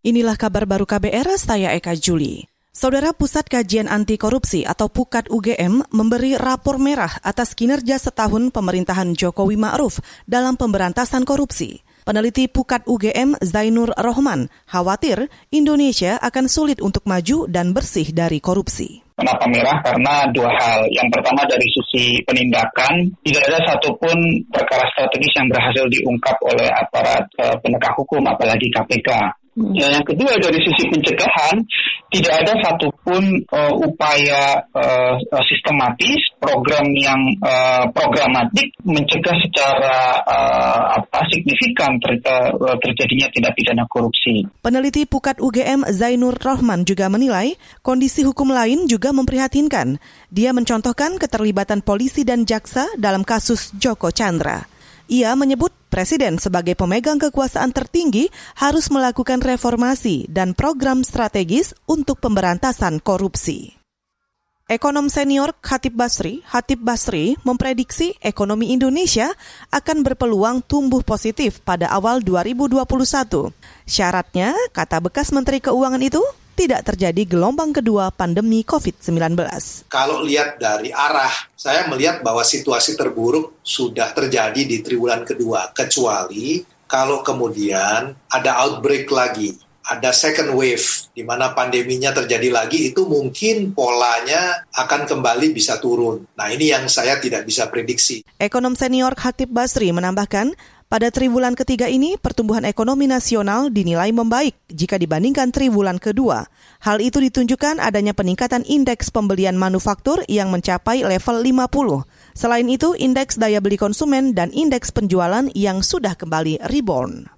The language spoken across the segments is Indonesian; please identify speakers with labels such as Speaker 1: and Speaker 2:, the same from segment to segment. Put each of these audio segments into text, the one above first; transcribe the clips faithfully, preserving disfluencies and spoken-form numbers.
Speaker 1: Inilah kabar baru K B R, saya Eka Juli. Saudara, Pusat Kajian Anti Korupsi atau Pukat U G M memberi rapor merah atas kinerja setahun pemerintahan Jokowi Ma'ruf dalam pemberantasan korupsi. Peneliti Pukat U G M Zainur Rohman khawatir Indonesia akan sulit untuk maju dan bersih dari korupsi.
Speaker 2: Kenapa merah? Karena dua hal. Yang pertama dari sisi penindakan, tidak ada satupun perkara strategis yang berhasil diungkap oleh aparat uh, penegak hukum, apalagi K P K. Hmm. Yang kedua dari sisi pencegahan, tidak ada satupun uh, upaya uh, sistematis, program yang uh, programatik mencegah secara uh, apa signifikan ter, uh, terjadinya tindak pidana korupsi.
Speaker 1: Peneliti Pukat U G M Zainur Rohman juga menilai kondisi hukum lain juga memprihatinkan. Dia mencontohkan keterlibatan polisi dan jaksa dalam kasus Joko Chandra. Ia menyebut Presiden sebagai pemegang kekuasaan tertinggi harus melakukan reformasi dan program strategis untuk pemberantasan korupsi. Ekonom senior Khatib Basri, Khatib Basri memprediksi ekonomi Indonesia akan berpeluang tumbuh positif pada awal dua ribu dua puluh satu. Syaratnya, kata bekas Menteri Keuangan itu, tidak terjadi gelombang kedua pandemi covid sembilan belas.
Speaker 3: Kalau lihat dari arah, saya melihat bahwa situasi terburuk sudah terjadi di triwulan kedua, kecuali kalau kemudian ada outbreak lagi, ada second wave, di mana pandeminya terjadi lagi, itu mungkin polanya akan kembali bisa turun. Nah, ini yang saya tidak bisa prediksi.
Speaker 1: Ekonom senior Khatib Basri menambahkan, pada triwulan ketiga ini, pertumbuhan ekonomi nasional dinilai membaik jika dibandingkan triwulan kedua. Hal itu ditunjukkan adanya peningkatan indeks pembelian manufaktur yang mencapai level lima puluh. Selain itu, indeks daya beli konsumen dan indeks penjualan yang sudah kembali rebound.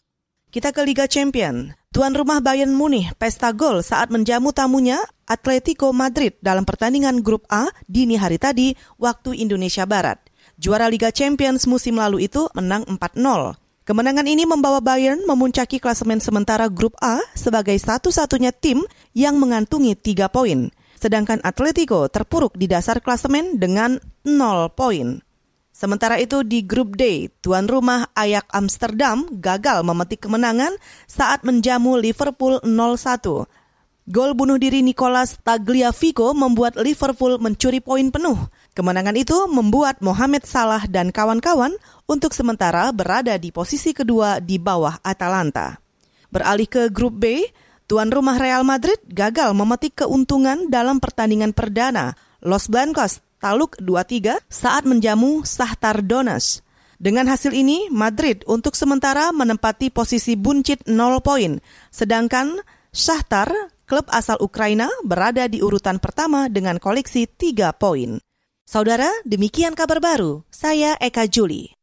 Speaker 1: Kita ke Liga Champions. Tuan rumah Bayern Munich pesta gol saat menjamu tamunya Atletico Madrid dalam pertandingan grup A dini hari tadi waktu Indonesia Barat. Juara Liga Champions musim lalu itu menang empat nol. Kemenangan ini membawa Bayern memuncaki klasemen sementara grup A sebagai satu-satunya tim yang mengantungi tiga poin. Sedangkan Atletico terpuruk di dasar klasemen dengan nol poin. Sementara itu di grup D, tuan rumah Ajax Amsterdam gagal memetik kemenangan saat menjamu Liverpool nol satu. Gol bunuh diri Nicolas Tagliafico membuat Liverpool mencuri poin penuh. Kemenangan itu membuat Mohamed Salah dan kawan-kawan untuk sementara berada di posisi kedua di bawah Atalanta. Beralih ke grup B, tuan rumah Real Madrid gagal memetik keuntungan dalam pertandingan perdana. Los Blancos taluk dua tiga saat menjamu Shakhtar Donetsk. Dengan hasil ini, Madrid untuk sementara menempati posisi buncit nol poin, sedangkan Shakhtar, klub asal Ukraina, berada di urutan pertama dengan koleksi tiga poin. Saudara, demikian kabar baru. Saya Eka Juli.